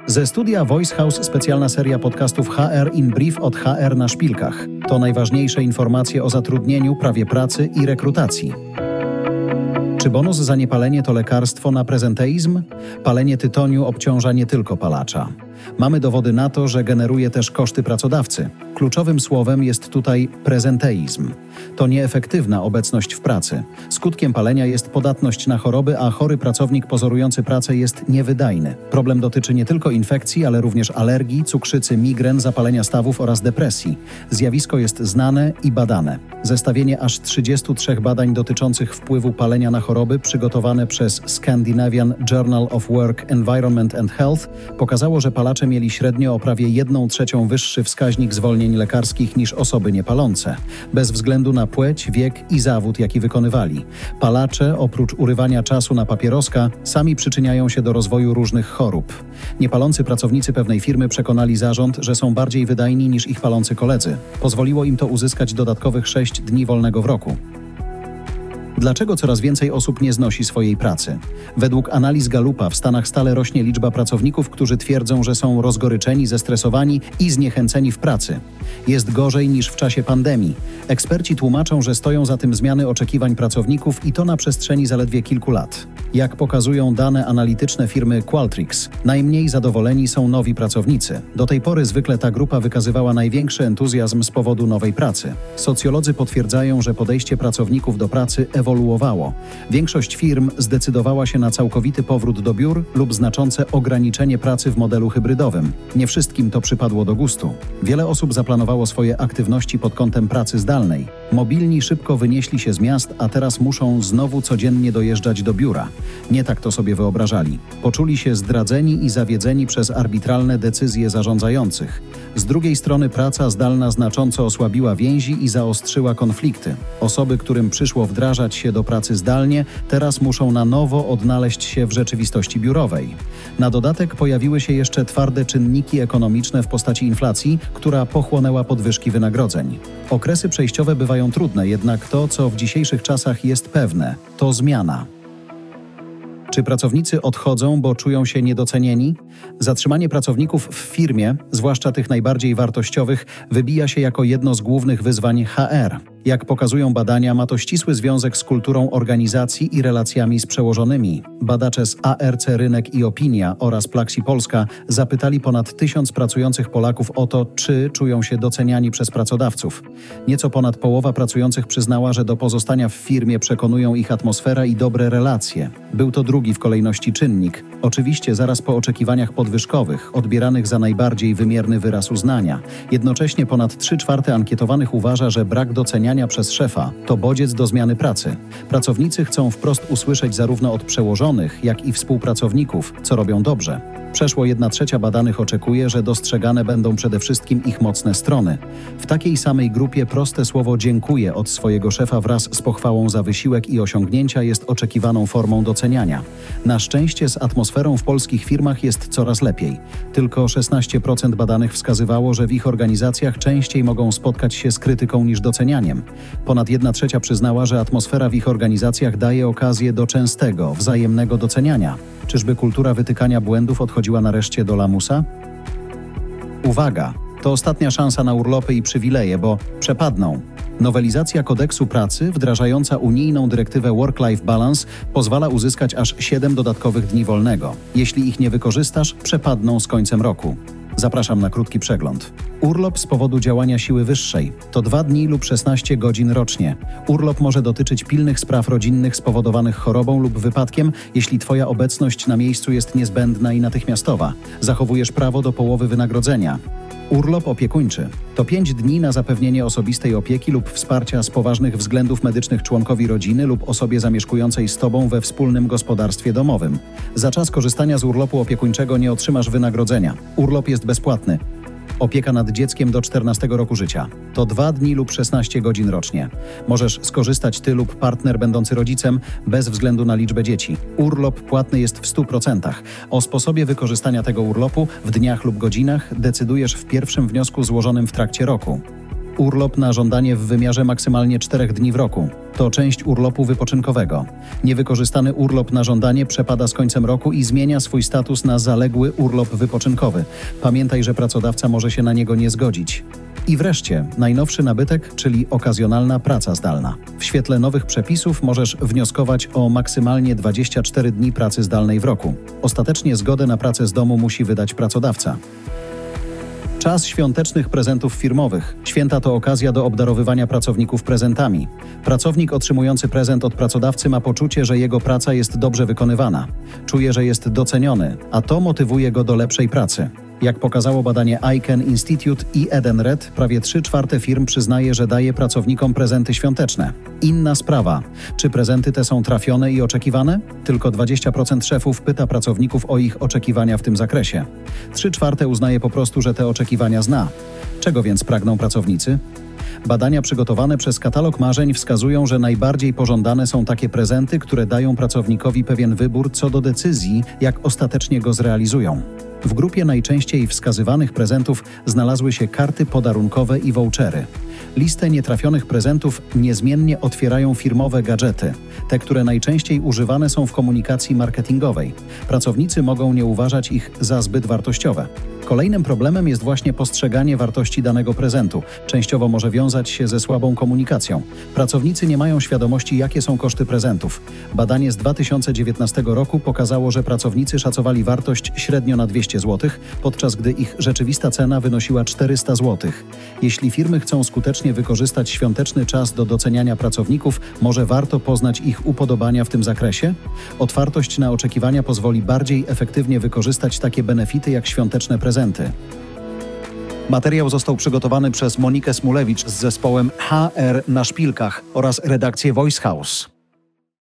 Ze studia Voice House specjalna seria podcastów HR in Brief od HR na szpilkach. To najważniejsze informacje o zatrudnieniu, prawie pracy i rekrutacji. Czy bonus za niepalenie to lekarstwo na prezenteizm? Palenie tytoniu obciąża nie tylko palacza. Mamy dowody na to, że generuje też koszty pracodawcy. Kluczowym słowem jest tutaj prezenteizm. To nieefektywna obecność w pracy. Skutkiem palenia jest podatność na choroby, a chory pracownik pozorujący pracę jest niewydajny. Problem dotyczy nie tylko infekcji, ale również alergii, cukrzycy, migren, zapalenia stawów oraz depresji. Zjawisko jest znane i badane. Zestawienie aż 33 badań dotyczących wpływu palenia na choroby przygotowane przez Scandinavian Journal of Work, Environment and Health pokazało, że palacze mieli średnio o prawie 1/3 wyższy wskaźnik zwolnień lekarskich niż osoby niepalące, bez względu na płeć, wiek i zawód, jaki wykonywali. Palacze, oprócz urywania czasu na papieroska, sami przyczyniają się do rozwoju różnych chorób. Niepalący pracownicy pewnej firmy przekonali zarząd, że są bardziej wydajni niż ich palący koledzy. Pozwoliło im to uzyskać dodatkowych 6 dni wolnego w roku. Dlaczego coraz więcej osób nie znosi swojej pracy? Według analiz Gallupa w Stanach stale rośnie liczba pracowników, którzy twierdzą, że są rozgoryczeni, zestresowani i zniechęceni w pracy. Jest gorzej niż w czasie pandemii. Eksperci tłumaczą, że stoją za tym zmiany oczekiwań pracowników i to na przestrzeni zaledwie kilku lat. Jak pokazują dane analityczne firmy Qualtrics, najmniej zadowoleni są nowi pracownicy. Do tej pory zwykle ta grupa wykazywała największy entuzjazm z powodu nowej pracy. Socjolodzy potwierdzają, że podejście pracowników do pracy ewoluowało. Większość firm zdecydowała się na całkowity powrót do biur lub znaczące ograniczenie pracy w modelu hybrydowym. Nie wszystkim to przypadło do gustu. Wiele osób zaplanowało swoje aktywności pod kątem pracy zdalnej. Mobilni szybko wynieśli się z miast, a teraz muszą znowu codziennie dojeżdżać do biura. Nie tak to sobie wyobrażali. Poczuli się zdradzeni i zawiedzeni przez arbitralne decyzje zarządzających. Z drugiej strony praca zdalna znacząco osłabiła więzi i zaostrzyła konflikty. Osoby, którym przyszło wdrażać się do pracy zdalnie, teraz muszą na nowo odnaleźć się w rzeczywistości biurowej. Na dodatek pojawiły się jeszcze twarde czynniki ekonomiczne w postaci inflacji, która pochłonęła podwyżki wynagrodzeń. Okresy przejściowe bywają trudne, jednak to, co w dzisiejszych czasach jest pewne, to zmiana. Czy pracownicy odchodzą, bo czują się niedocenieni? Zatrzymanie pracowników w firmie, zwłaszcza tych najbardziej wartościowych, wybija się jako jedno z głównych wyzwań HR. Jak pokazują badania, ma to ścisły związek z kulturą organizacji i relacjami z przełożonymi. Badacze z ARC Rynek i Opinia oraz Plaxi Polska zapytali ponad 1000 pracujących Polaków o to, czy czują się doceniani przez pracodawców. Nieco ponad połowa pracujących przyznała, że do pozostania w firmie przekonują ich atmosfera i dobre relacje. Był to drugi w kolejności czynnik. Oczywiście zaraz po oczekiwaniach podwyżkowych, odbieranych za najbardziej wymierny wyraz uznania. Jednocześnie ponad 3/4 ankietowanych uważa, że brak doceniania przez szefa to bodziec do zmiany pracy. Pracownicy chcą wprost usłyszeć zarówno od przełożonych, jak i współpracowników, co robią dobrze. Przeszło 1/3 badanych oczekuje, że dostrzegane będą przede wszystkim ich mocne strony. W takiej samej grupie proste słowo dziękuję od swojego szefa wraz z pochwałą za wysiłek i osiągnięcia jest oczekiwaną formą doceniania. Na szczęście z atmosferą w polskich firmach jest coraz lepiej. Tylko 16% badanych wskazywało, że w ich organizacjach częściej mogą spotkać się z krytyką niż docenianiem. Ponad 1/3 przyznała, że atmosfera w ich organizacjach daje okazję do częstego, wzajemnego doceniania. Czyżby kultura wytykania błędów odchodziła nareszcie do lamusa? Uwaga! To ostatnia szansa na urlopy i przywileje, bo przepadną. Nowelizacja kodeksu pracy, wdrażająca unijną dyrektywę Work-Life Balance, pozwala uzyskać aż 7 dodatkowych dni wolnego. Jeśli ich nie wykorzystasz, przepadną z końcem roku. Zapraszam na krótki przegląd. Urlop z powodu działania siły wyższej to 2 dni lub 16 godzin rocznie. Urlop może dotyczyć pilnych spraw rodzinnych spowodowanych chorobą lub wypadkiem, jeśli Twoja obecność na miejscu jest niezbędna i natychmiastowa. Zachowujesz prawo do połowy wynagrodzenia. Urlop opiekuńczy to 5 dni na zapewnienie osobistej opieki lub wsparcia z poważnych względów medycznych członkowi rodziny lub osobie zamieszkującej z Tobą we wspólnym gospodarstwie domowym. Za czas korzystania z urlopu opiekuńczego nie otrzymasz wynagrodzenia. Urlop jest bezpłatny. Opieka nad dzieckiem do 14 roku życia. To 2 dni lub 16 godzin rocznie. Możesz skorzystać Ty lub partner będący rodzicem bez względu na liczbę dzieci. Urlop płatny jest w 100%. O sposobie wykorzystania tego urlopu w dniach lub godzinach decydujesz w pierwszym wniosku złożonym w trakcie roku. Urlop na żądanie w wymiarze maksymalnie 4 dni w roku. To część urlopu wypoczynkowego. Niewykorzystany urlop na żądanie przepada z końcem roku i zmienia swój status na zaległy urlop wypoczynkowy. Pamiętaj, że pracodawca może się na niego nie zgodzić. I wreszcie najnowszy nabytek, czyli okazjonalna praca zdalna. W świetle nowych przepisów możesz wnioskować o maksymalnie 24 dni pracy zdalnej w roku. Ostatecznie zgodę na pracę z domu musi wydać pracodawca. Czas świątecznych prezentów firmowych. Święta to okazja do obdarowywania pracowników prezentami. Pracownik otrzymujący prezent od pracodawcy ma poczucie, że jego praca jest dobrze wykonywana. Czuje, że jest doceniony, a to motywuje go do lepszej pracy. Jak pokazało badanie Icahn Institute i Edenred, prawie 3/4 firm przyznaje, że daje pracownikom prezenty świąteczne. Inna sprawa, czy prezenty te są trafione i oczekiwane? Tylko 20% szefów pyta pracowników o ich oczekiwania w tym zakresie. 3/4 uznaje po prostu, że te oczekiwania zna. Czego więc pragną pracownicy? Badania przygotowane przez Katalog Marzeń wskazują, że najbardziej pożądane są takie prezenty, które dają pracownikowi pewien wybór co do decyzji, jak ostatecznie go zrealizują. W grupie najczęściej wskazywanych prezentów znalazły się karty podarunkowe i vouchery. Listę nietrafionych prezentów niezmiennie otwierają firmowe gadżety, te, które najczęściej używane są w komunikacji marketingowej. Pracownicy mogą nie uważać ich za zbyt wartościowe. Kolejnym problemem jest właśnie postrzeganie wartości danego prezentu. Częściowo może wiązać się ze słabą komunikacją. Pracownicy nie mają świadomości, jakie są koszty prezentów. Badanie z 2019 roku pokazało, że pracownicy szacowali wartość średnio na 200 zł, podczas gdy ich rzeczywista cena wynosiła 400 zł. Jeśli firmy chcą skutecznie wykorzystać świąteczny czas do doceniania pracowników, może warto poznać ich upodobania w tym zakresie? Otwartość na oczekiwania pozwoli bardziej efektywnie wykorzystać takie benefity jak świąteczne prezenty. Materiał został przygotowany przez Monikę Smulewicz z zespołem HR na Szpilkach oraz redakcję Voice House.